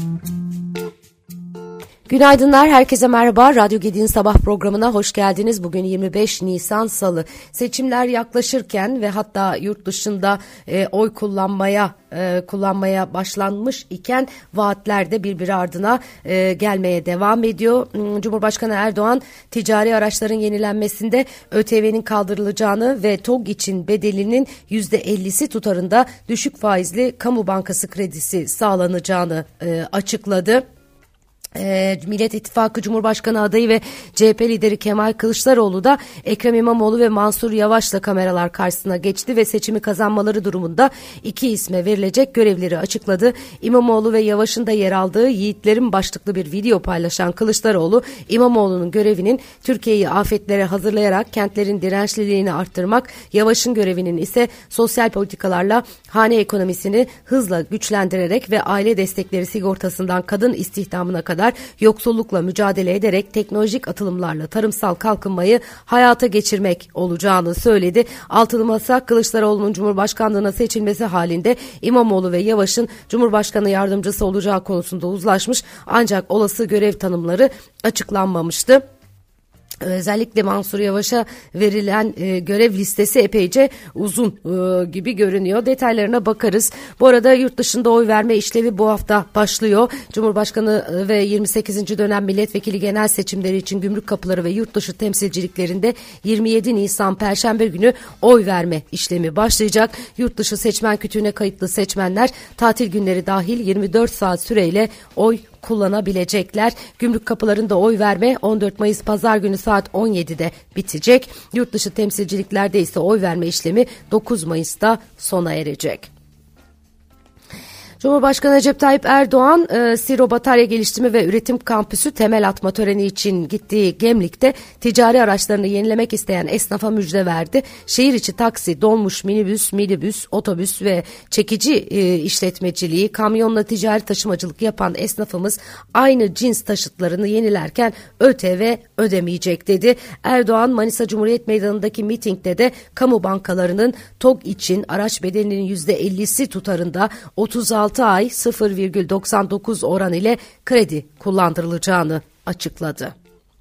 Günaydınlar, herkese merhaba. Radyo Gedi'nin sabah programına hoş geldiniz. Bugün 25 Nisan Salı. Seçimler yaklaşırken ve hatta yurt dışında oy kullanmaya başlanmış iken vaatler de birbiri ardına gelmeye devam ediyor. Cumhurbaşkanı Erdoğan ticari araçların yenilenmesinde ÖTV'nin kaldırılacağını ve TOG için bedelinin %50'si tutarında düşük faizli kamu bankası kredisi sağlanacağını açıkladı. Millet İttifakı Cumhurbaşkanı adayı ve CHP lideri Kemal Kılıçdaroğlu da Ekrem İmamoğlu ve Mansur Yavaş'la kameralar karşısına geçti ve seçimi kazanmaları durumunda iki isme verilecek görevleri açıkladı. İmamoğlu ve Yavaş'ın da yer aldığı Yiğitlerin başlıklı bir video paylaşan Kılıçdaroğlu, İmamoğlu'nun görevinin Türkiye'yi afetlere hazırlayarak kentlerin dirençliliğini arttırmak, Yavaş'ın görevinin ise sosyal politikalarla hane ekonomisini hızla güçlendirerek ve aile destekleri sigortasından kadın istihdamına kadar yoksullukla mücadele ederek teknolojik atılımlarla tarımsal kalkınmayı hayata geçirmek olacağını söyledi. Altılı Masa, Kılıçdaroğlu'nun Cumhurbaşkanlığına seçilmesi halinde İmamoğlu ve Yavaş'ın Cumhurbaşkanı yardımcısı olacağı konusunda uzlaşmış, ancak olası görev tanımları açıklanmamıştı. Özellikle Mansur Yavaş'a verilen görev listesi epeyce uzun gibi görünüyor. Detaylarına bakarız. Bu arada yurt dışında oy verme işlevi bu hafta başlıyor. Cumhurbaşkanı ve 28. dönem milletvekili genel seçimleri için gümrük kapıları ve yurt dışı temsilciliklerinde 27 Nisan Perşembe günü oy verme işlemi başlayacak. Yurt dışı seçmen kütüğüne kayıtlı seçmenler tatil günleri dahil 24 saat süreyle oy kullanabilecekler. Gümrük kapılarında oy verme 14 Mayıs Pazar günü saat 17'de bitecek. Yurt dışı temsilciliklerde ise oy verme işlemi 9 Mayıs'ta sona erecek. Cumhurbaşkanı Recep Tayyip Erdoğan, Siro Batarya Geliştirme ve Üretim Kampüsü temel atma töreni için gittiği Gemlik'te ticari araçlarını yenilemek isteyen esnafa müjde verdi. Şehir içi taksi, dolmuş, minibüs, otobüs ve çekici işletmeciliği, kamyonla ticari taşımacılık yapan esnafımız aynı cins taşıtlarını yenilerken ÖTV ödemeyecek dedi. Erdoğan, Manisa Cumhuriyet Meydanı'ndaki mitingde de kamu bankalarının TOG için araç bedelinin %50'si tutarında 36 ay 0,99 oran ile kredi kullandırılacağını açıkladı.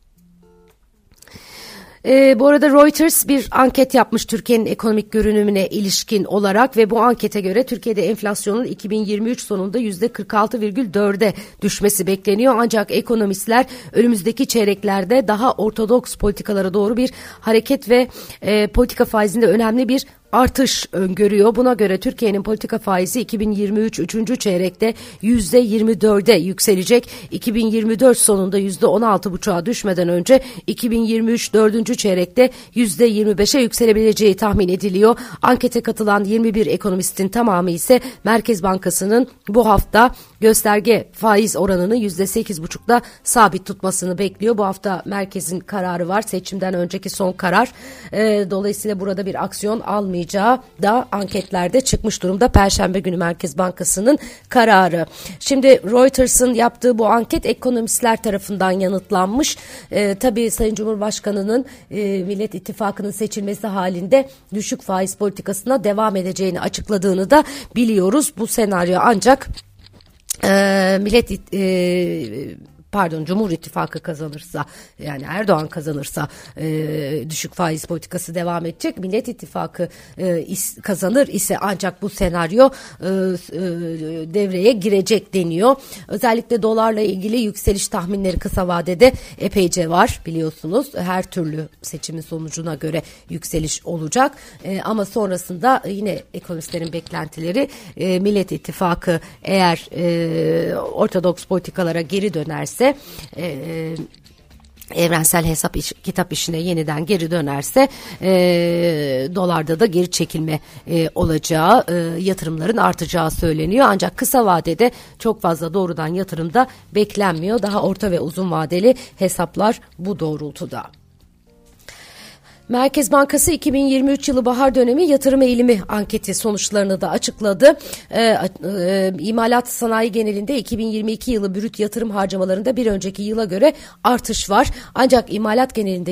Bu arada Reuters bir anket yapmış Türkiye'nin ekonomik görünümüne ilişkin olarak ve bu ankete göre Türkiye'de enflasyonun 2023 sonunda %46,4'e düşmesi bekleniyor. Ancak ekonomistler önümüzdeki çeyreklerde daha ortodoks politikalara doğru bir hareket ve politika faizinde önemli bir artış öngörüyor. Buna göre Türkiye'nin politika faizi 2023 3. çeyrekte %24'e yükselecek. 2024 sonunda %16,5'a düşmeden önce 2023 4. çeyrekte %25'e yükselebileceği tahmin ediliyor. Ankete katılan 21 ekonomistin tamamı ise Merkez Bankası'nın bu hafta gösterge faiz oranını %8,5'da sabit tutmasını bekliyor. Bu hafta merkezin kararı var. Seçimden önceki son karar. Dolayısıyla burada bir aksiyon almayacağı da anketlerde çıkmış durumda. Perşembe günü Merkez Bankası'nın kararı. Şimdi Reuters'ın yaptığı bu anket ekonomistler tarafından yanıtlanmış. Tabii Sayın Cumhurbaşkanı'nın Millet İttifakı'nın seçilmesi halinde düşük faiz politikasına devam edeceğini açıkladığını da biliyoruz. Bu senaryo ancak Cumhur İttifakı kazanırsa, yani Erdoğan kazanırsa düşük faiz politikası devam edecek. Millet İttifakı kazanır ise ancak bu senaryo devreye girecek deniyor. Özellikle dolarla ilgili yükseliş tahminleri kısa vadede epeyce var biliyorsunuz. Her türlü seçimin sonucuna göre yükseliş olacak. Ama sonrasında yine ekonomistlerin beklentileri Millet İttifakı eğer ortodoks politikalara geri dönerse, evrensel hesap kitap işine yeniden geri dönerse dolarda da geri çekilme olacağı, yatırımların artacağı söyleniyor. Ancak kısa vadede çok fazla doğrudan yatırımda beklenmiyor. Daha orta ve uzun vadeli hesaplar bu doğrultuda. Merkez Bankası 2023 yılı bahar dönemi yatırım eğilimi anketi sonuçlarını da açıkladı. İmalat sanayi genelinde 2022 yılı brüt yatırım harcamalarında bir önceki yıla göre artış var. Ancak imalat genelinde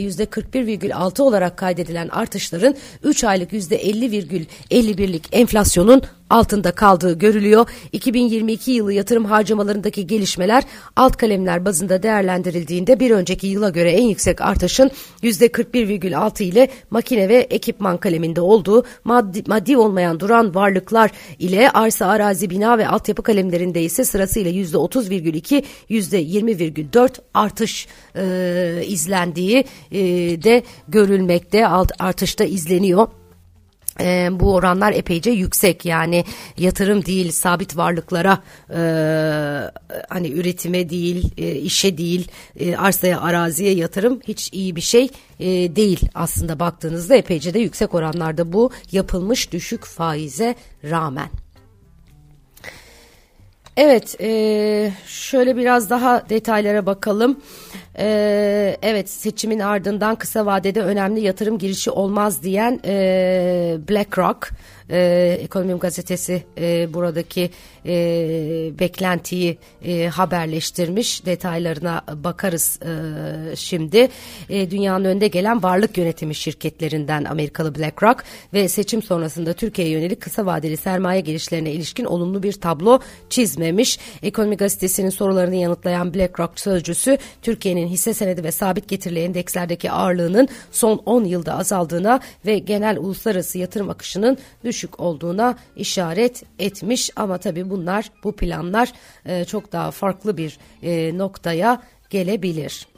%41,6 olarak kaydedilen artışların 3 aylık %50,51'lik enflasyonun altında kaldığı görülüyor. 2022 yılı yatırım harcamalarındaki gelişmeler alt kalemler bazında değerlendirildiğinde bir önceki yıla göre en yüksek artışın %41,6 ile makine ve ekipman kaleminde olduğu, maddi olmayan duran varlıklar ile arsa, arazi, bina ve altyapı kalemlerinde ise sırasıyla %30,2, %20,4 artış izlendiği de görülmekte, artışta izleniyor. Bu oranlar epeyce yüksek, yani yatırım değil, sabit varlıklara, hani üretime değil, işe değil, arsaya, araziye yatırım hiç iyi bir şey değil aslında baktığınızda. Epeyce de yüksek oranlarda bu yapılmış düşük faize rağmen. Evet, şöyle biraz daha detaylara bakalım. Evet, seçimin ardından kısa vadede önemli yatırım girişi olmaz diyen BlackRock, Ekonomim Gazetesi buradaki beklentiyi haberleştirmiş. Detaylarına bakarız şimdi. Dünyanın önde gelen varlık yönetimi şirketlerinden Amerikalı BlackRock ve seçim sonrasında Türkiye'ye yönelik kısa vadeli sermaye girişlerine ilişkin olumlu bir tablo çizmemiş. Ekonomi Gazetesi'nin sorularını yanıtlayan BlackRock sözcüsü, Türkiye'nin hisse senedi ve sabit getirili endekslerdeki ağırlığının son 10 yılda azaldığına ve genel uluslararası yatırım akışının düşük olduğuna işaret etmiş. Ama tabii bu planlar çok daha farklı bir noktaya gelebilir.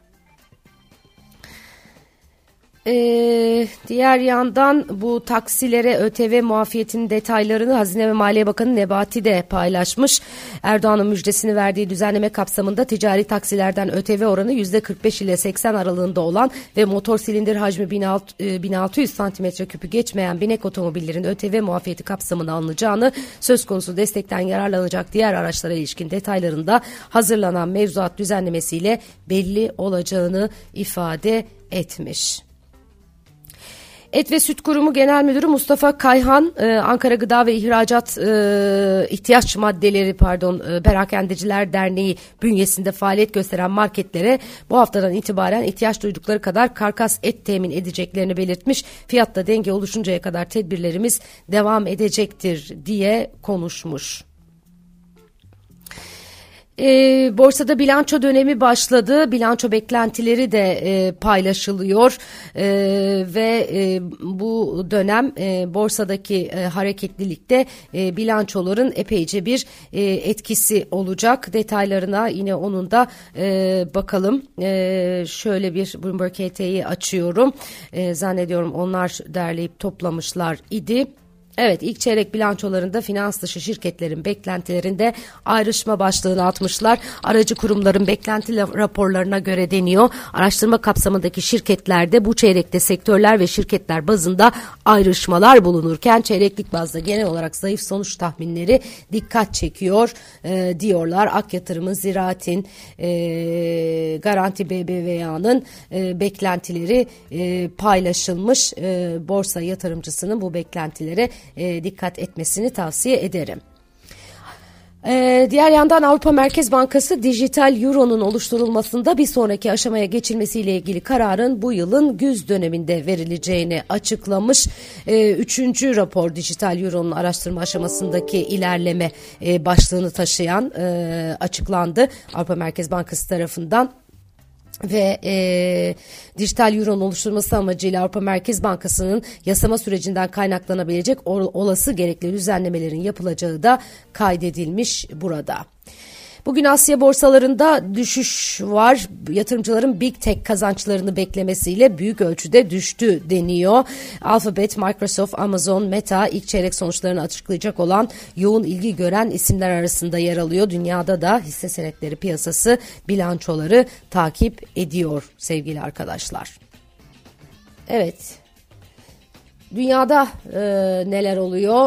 Diğer yandan bu taksilere ÖTV muafiyetinin detaylarını Hazine ve Maliye Bakanı Nebati de paylaşmış. Erdoğan'ın müjdesini verdiği düzenleme kapsamında ticari taksilerden ÖTV oranı %45 ile 80 aralığında olan ve motor silindir hacmi 1600 santimetreküpü geçmeyen binek otomobillerin ÖTV muafiyeti kapsamına alınacağını, söz konusu destekten yararlanacak diğer araçlara ilişkin detaylarında hazırlanan mevzuat düzenlemesiyle belli olacağını ifade etmiş. Et ve Süt Kurumu Genel Müdürü Mustafa Kayhan, Ankara Gıda ve İhracat İhtiyaç Maddeleri Perakendeciler Derneği bünyesinde faaliyet gösteren marketlere bu haftadan itibaren ihtiyaç duydukları kadar karkas et temin edeceklerini belirtmiş. Fiyatta denge oluşuncaya kadar tedbirlerimiz devam edecektir diye konuşmuş. Borsada bilanço dönemi başladı. Bilanço beklentileri de paylaşılıyor ve bu dönem borsadaki hareketlilikte bilançoların epeyce bir etkisi olacak. Detaylarına yine onun da bakalım. Şöyle bir Bloomberg HT'yi açıyorum. Zannediyorum onlar derleyip toplamışlar idi. Evet, ilk çeyrek bilançolarında finans dışı şirketlerin beklentilerinde ayrışma başlığını atmışlar. Aracı kurumların beklenti raporlarına göre deniyor. Araştırma kapsamındaki şirketlerde bu çeyrekte sektörler ve şirketler bazında ayrışmalar bulunurken çeyreklik bazda genel olarak zayıf sonuç tahminleri dikkat çekiyor diyorlar. Ak Yatırım'ın, Ziraat'in, Garanti BBVA'nın beklentileri paylaşılmış. Borsa yatırımcısının bu beklentilere dikkat etmesini tavsiye ederim. Diğer yandan Avrupa Merkez Bankası dijital euronun oluşturulmasında bir sonraki aşamaya geçilmesiyle ilgili kararın bu yılın güz döneminde verileceğini açıklamış. Üçüncü rapor dijital euronun araştırma aşamasındaki ilerleme başlığını taşıyan açıklandı Avrupa Merkez Bankası tarafından. Ve dijital euronun oluşturulması amacıyla Avrupa Merkez Bankası'nın yasama sürecinden kaynaklanabilecek olası gerekli düzenlemelerin yapılacağı da kaydedilmiş burada. Bugün Asya borsalarında düşüş var. Yatırımcıların Big Tech kazançlarını beklemesiyle büyük ölçüde düştü deniyor. Alphabet, Microsoft, Amazon, Meta ilk çeyrek sonuçlarını açıklayacak olan yoğun ilgi gören isimler arasında yer alıyor. Dünyada da hisse senetleri piyasası bilançoları takip ediyor sevgili arkadaşlar. Evet. Dünyada neler oluyor?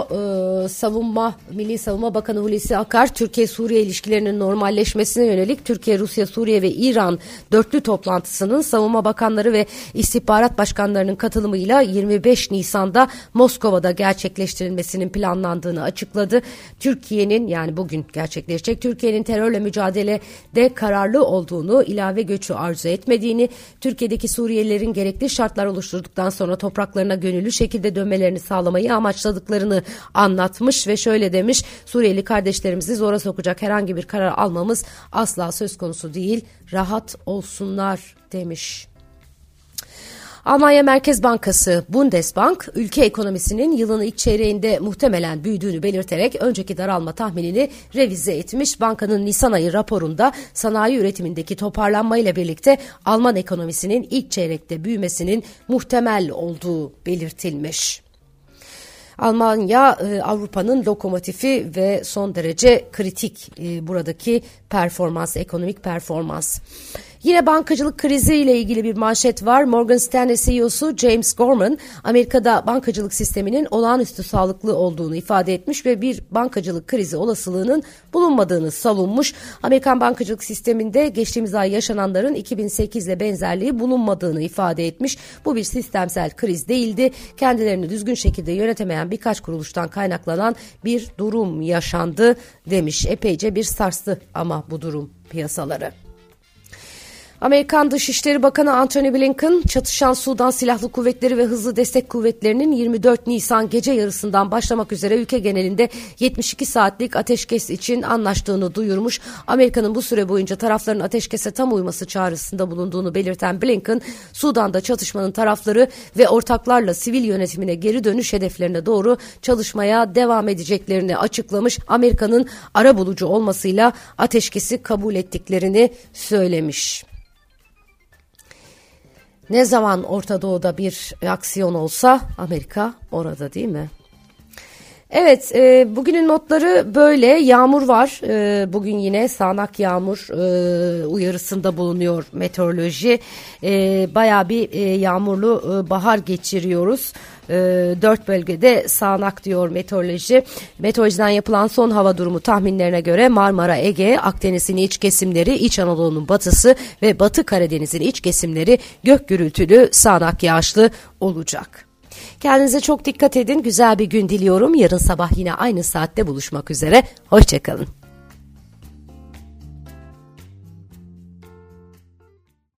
Milli Savunma Bakanı Hulusi Akar, Türkiye-Suriye ilişkilerinin normalleşmesine yönelik Türkiye, Rusya, Suriye ve İran dörtlü toplantısının savunma bakanları ve istihbarat başkanlarının katılımıyla 25 Nisan'da Moskova'da gerçekleştirilmesinin planlandığını açıkladı. Türkiye'nin, yani bugün gerçekleşecek, Türkiye'nin terörle mücadelede kararlı olduğunu, ilave göçü arzu etmediğini, Türkiye'deki Suriyelilerin gerekli şartlar oluşturduktan sonra topraklarına gönüllü şekilde şekilde dönmelerini sağlamayı amaçladıklarını anlatmış ve şöyle demiş: Suriyeli kardeşlerimizi zora sokacak herhangi bir karar almamız asla söz konusu değil, rahat olsunlar demiş. Almanya Merkez Bankası Bundesbank, ülke ekonomisinin yılın ilk çeyreğinde muhtemelen büyüdüğünü belirterek önceki daralma tahminini revize etmiş. Bankanın Nisan ayı raporunda sanayi üretimindeki toparlanmayla birlikte Alman ekonomisinin ilk çeyrekte büyümesinin muhtemel olduğu belirtilmiş. Almanya Avrupa'nın lokomotifi ve son derece kritik buradaki performans, ekonomik performans. Yine bankacılık kriziyle ilgili bir manşet var. Morgan Stanley CEO'su James Gorman, Amerika'da bankacılık sisteminin olağanüstü sağlıklı olduğunu ifade etmiş ve bir bankacılık krizi olasılığının bulunmadığını savunmuş. Amerikan bankacılık sisteminde geçtiğimiz ay yaşananların 2008 ile benzerliği bulunmadığını ifade etmiş. Bu bir sistemsel kriz değildi. Kendilerini düzgün şekilde yönetemeyen birkaç kuruluştan kaynaklanan bir durum yaşandı demiş. Epeyce bir sarstı ama bu durum piyasaları. Amerikan Dışişleri Bakanı Antony Blinken, çatışan Sudan Silahlı Kuvvetleri ve Hızlı Destek Kuvvetleri'nin 24 Nisan gece yarısından başlamak üzere ülke genelinde 72 saatlik ateşkes için anlaştığını duyurmuş. Amerika'nın bu süre boyunca tarafların ateşkese tam uyması çağrısında bulunduğunu belirten Blinken, Sudan'da çatışmanın tarafları ve ortaklarla sivil yönetimine geri dönüş hedeflerine doğru çalışmaya devam edeceklerini açıklamış. Amerika'nın arabulucu olmasıyla ateşkesi kabul ettiklerini söylemiş. Ne zaman Orta Doğu'da bir aksiyon olsa Amerika orada, değil mi? Evet, bugünün notları böyle. Yağmur var. Bugün yine sağanak yağmur uyarısında bulunuyor meteoroloji. Bayağı bir yağmurlu bahar geçiriyoruz. 4 bölgede sağanak diyor meteoroloji. Meteorolojiden yapılan son hava durumu tahminlerine göre Marmara, Ege, Akdeniz'in iç kesimleri, İç Anadolu'nun batısı ve Batı Karadeniz'in iç kesimleri gök gürültülü sağanak yağışlı olacak. Kendinize çok dikkat edin. Güzel bir gün diliyorum. Yarın sabah yine aynı saatte buluşmak üzere. Hoşça kalın.